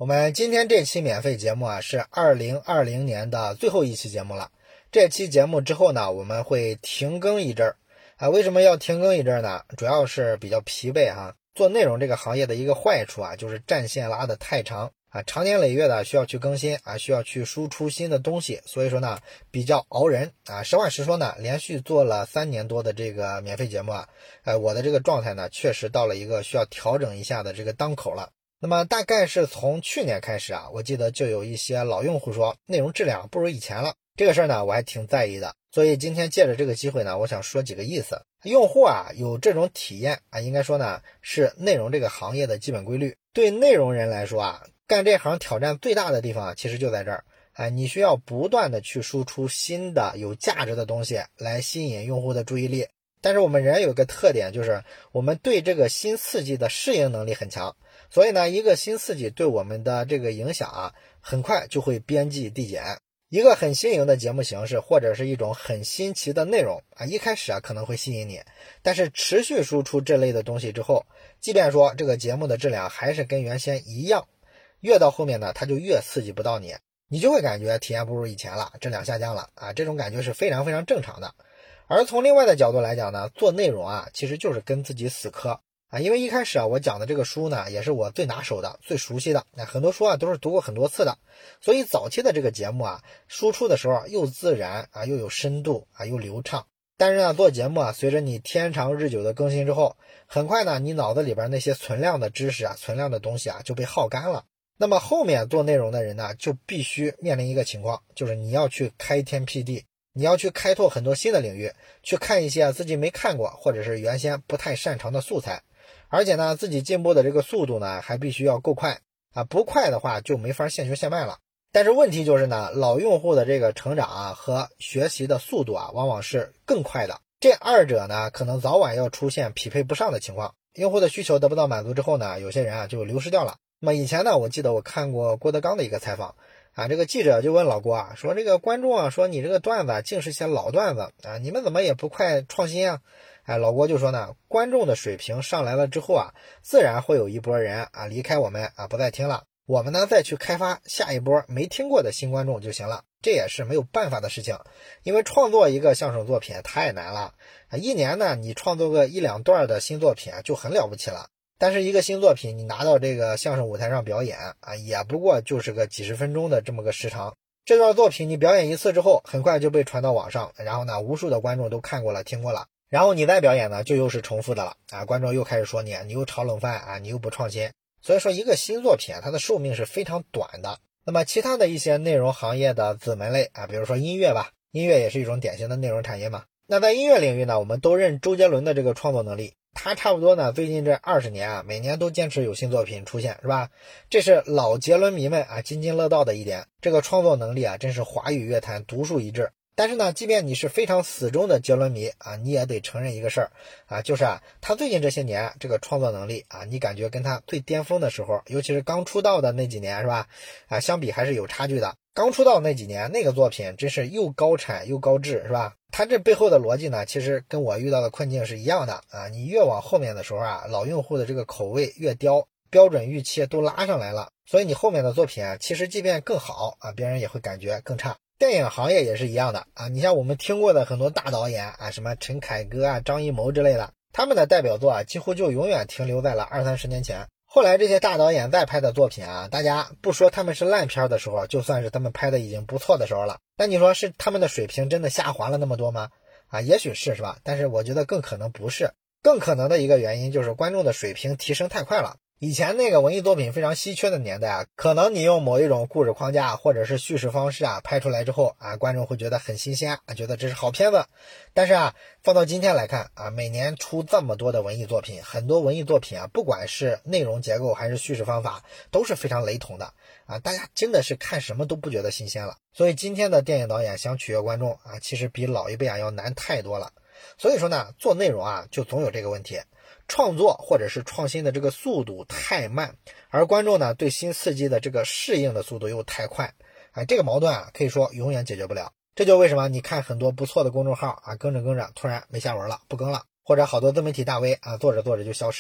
我们今天这期免费节目啊，是2020年的最后一期节目了。这期节目之后呢，我们会停更一阵儿啊。为什么要停更一阵儿呢？主要是比较疲惫哈。做内容这个行业的一个坏处啊，就是战线拉得太长啊，长年累月的需要去更新啊，需要去输出新的东西，所以说呢，比较熬人啊。实话实说呢，连续做了3年多的这个免费节目啊，我的这个状态呢，确实到了一个需要调整一下的这个当口了。那么大概是从去年开始啊，我记得就有一些老用户说内容质量不如以前了，这个事儿呢我还挺在意的，所以今天借着这个机会呢，我想说几个意思。用户啊有这种体验啊，应该说呢是内容这个行业的基本规律。对内容人来说啊，干这行挑战最大的地方啊，其实就在这儿啊，你需要不断的去输出新的有价值的东西来吸引用户的注意力。但是我们人有一个特点，就是我们对这个新刺激的适应能力很强，所以呢，一个新刺激对我们的这个影响啊，很快就会边际递减。一个很新颖的节目形式，或者是一种很新奇的内容啊，一开始啊可能会吸引你，但是持续输出这类的东西之后，即便说这个节目的质量还是跟原先一样，越到后面呢，它就越刺激不到你，你就会感觉体验不如以前了，质量下降了啊，这种感觉是非常非常正常的。而从另外的角度来讲呢，做内容啊，其实就是跟自己死磕啊。因为一开始啊，我讲的这个书呢，也是我最拿手的、最熟悉的。很多书啊都是读过很多次的，所以早期的这个节目啊，输出的时候又自然啊，又有深度啊，又流畅。但是呢，做节目啊，随着你天长日久的更新之后，很快呢，你脑子里边那些存量的知识啊、存量的东西啊就被耗干了。那么后面做内容的人呢，就必须面临一个情况，就是你要去开天辟地。你要去开拓很多新的领域，去看一些自己没看过或者是原先不太擅长的素材，而且呢，自己进步的这个速度呢，还必须要够快啊，不快的话就没法现学现卖了。但是问题就是呢，老用户的这个成长啊和学习的速度啊，往往是更快的，这二者呢，可能早晚要出现匹配不上的情况。用户的需求得不到满足之后呢，有些人啊就流失掉了。那么以前呢，我记得我看过郭德纲的一个采访。这个记者就问老郭啊，说这个观众啊，说你这个段子尽是些老段子啊，你们怎么也不快创新啊？老郭就说呢，观众的水平上来了之后啊，自然会有一波人啊离开我们啊，不再听了，我们呢再去开发下一波没听过的新观众就行了，这也是没有办法的事情，因为创作一个相声作品太难了啊，一年呢你创作个1-2段的新作品啊就很了不起了。但是一个新作品你拿到这个相声舞台上表演啊，也不过就是个几十分钟的这么个时长。这段作品你表演一次之后，很快就被传到网上，然后呢，无数的观众都看过了、听过了。然后你再表演呢，就又是重复的了啊，观众又开始说你又炒冷饭啊，你又不创新。所以说一个新作品它的寿命是非常短的。那么其他的一些内容行业的子门类啊，比如说音乐吧，音乐也是一种典型的内容产业嘛。那在音乐领域呢，我们都认周杰伦的这个创作能力。他差不多呢，最近这20年啊，每年都坚持有新作品出现，是吧？这是老杰伦迷们啊津津乐道的一点。这个创作能力啊，真是华语乐坛独树一帜。但是呢，即便你是非常死忠的杰伦迷啊，你也得承认一个事儿啊，就是他最近这些年这个创作能力啊，你感觉跟他最巅峰的时候，尤其是刚出道的那几年，是吧？相比还是有差距的。刚出道那几年，那个作品真是又高产又高质，是吧？他这背后的逻辑呢，其实跟我遇到的困境是一样的啊。你越往后面的时候啊，老用户的这个口味越刁，标准预期都拉上来了，所以你后面的作品啊，其实即便更好啊，别人也会感觉更差。电影行业也是一样的啊，你像我们听过的很多大导演啊，什么陈凯歌啊、张艺谋之类的，他们的代表作啊，几乎就永远停留在了20-30年前。后来这些大导演再拍的作品啊，大家不说他们是烂片的时候，就算是他们拍的已经不错的时候了。那你说是他们的水平真的下滑了那么多吗？也许是吧？但是我觉得更可能不是。更可能的一个原因就是观众的水平提升太快了。以前那个文艺作品非常稀缺的年代啊，可能你用某一种故事框架或者是叙事方式啊拍出来之后啊，观众会觉得很新鲜啊，觉得这是好片子。但是放到今天来看啊，每年出这么多的文艺作品，很多文艺作品啊，不管是内容结构还是叙事方法，都是非常雷同的啊，大家真的是看什么都不觉得新鲜了。所以今天的电影导演想取悦观众啊，其实比老一辈要难太多了。所以说呢，做内容啊，就总有这个问题。创作或者是创新的这个速度太慢，而观众呢对新刺激的这个适应的速度又太快，这个矛盾啊可以说永远解决不了。这就为什么你看很多不错的公众号啊，更着突然没下文了，不更了，或者好多自媒体大 V 啊做着做着就消失了。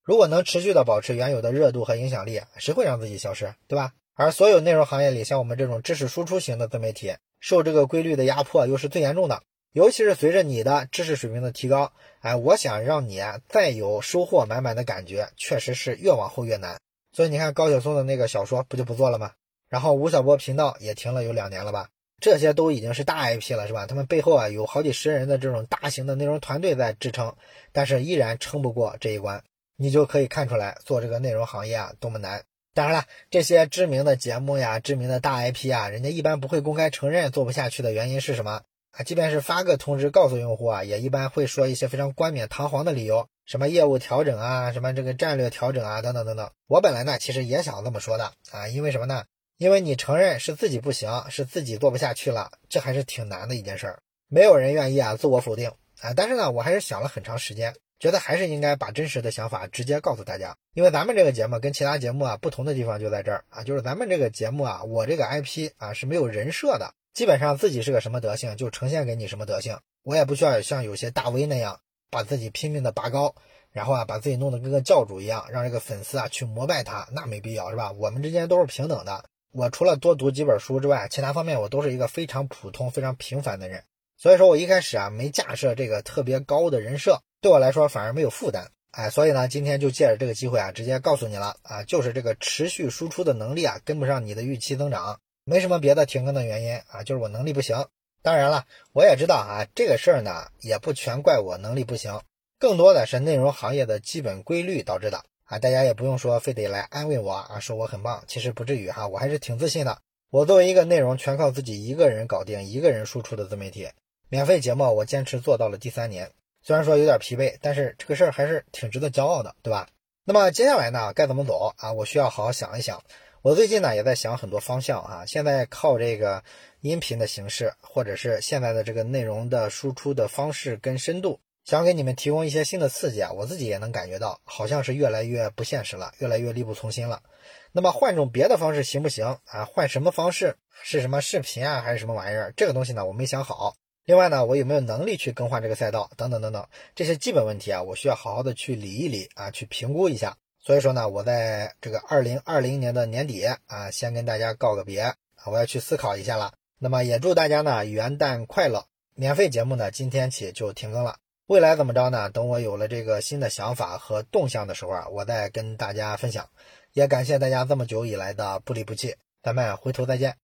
如果能持续的保持原有的热度和影响力，谁会让自己消失，对吧？而所有内容行业里，像我们这种知识输出型的自媒体，受这个规律的压迫又是最严重的。尤其是随着你的知识水平的提高，我想让你再有收获满满的感觉，确实是越往后越难。所以你看高晓松的那个小说不就不做了吗？然后吴晓波频道也停了有2年了吧？这些都已经是大 IP 了，是吧？他们背后有好几十人的这种大型的内容团队在支撑，但是依然撑不过这一关。你就可以看出来做这个内容行业多么难。当然了，这些知名的节目呀、知名的大 IP 人家一般不会公开承认做不下去的原因是什么。即便是发个通知告诉用户也一般会说一些非常冠冕堂皇的理由，什么业务调整什么这个战略调整等等等等。我本来呢其实也想这么说的因为什么呢？因为你承认是自己不行，是自己做不下去了，这还是挺难的一件事儿。没有人愿意自我否定但是呢我还是想了很长时间，觉得还是应该把真实的想法直接告诉大家。因为咱们这个节目跟其他节目不同的地方就在这儿就是咱们这个节目我这个 IP 是没有人设的，基本上自己是个什么德性就呈现给你什么德性，我也不需要像有些大 V 那样把自己拼命的拔高，然后把自己弄得跟个教主一样，让这个粉丝去膜拜他，那没必要，是吧？我们之间都是平等的，我除了多读几本书之外，其他方面我都是一个非常普通非常平凡的人。所以说我一开始没架设这个特别高的人设，对我来说反而没有负担所以呢今天就借着这个机会直接告诉你了就是这个持续输出的能力跟不上你的预期增长，没什么别的停更的原因就是我能力不行。当然了，我也知道这个事儿呢也不全怪我能力不行，更多的是内容行业的基本规律导致的大家也不用说非得来安慰我说我很棒，其实不至于我还是挺自信的。我作为一个内容全靠自己一个人搞定、一个人输出的自媒体，免费节目我坚持做到了第3年，虽然说有点疲惫，但是这个事儿还是挺值得骄傲的，对吧？那么接下来呢该怎么走我需要好好想一想。我最近呢也在想很多方向现在靠这个音频的形式，或者是现在的这个内容的输出的方式跟深度，想给你们提供一些新的刺激我自己也能感觉到好像是越来越不现实了，越来越力不从心了。那么换种别的方式行不行换什么方式，是什么视频还是什么玩意儿，这个东西呢我没想好。另外呢我有没有能力去更换这个赛道等等等等，这些基本问题我需要好好的去理一理去评估一下。所以说呢我在这个2020年的年底先跟大家告个别我要去思考一下了。那么也祝大家呢元旦快乐。免费节目呢今天起就停更了，未来怎么着呢，等我有了这个新的想法和动向的时候我再跟大家分享。也感谢大家这么久以来的不离不弃，咱们回头再见。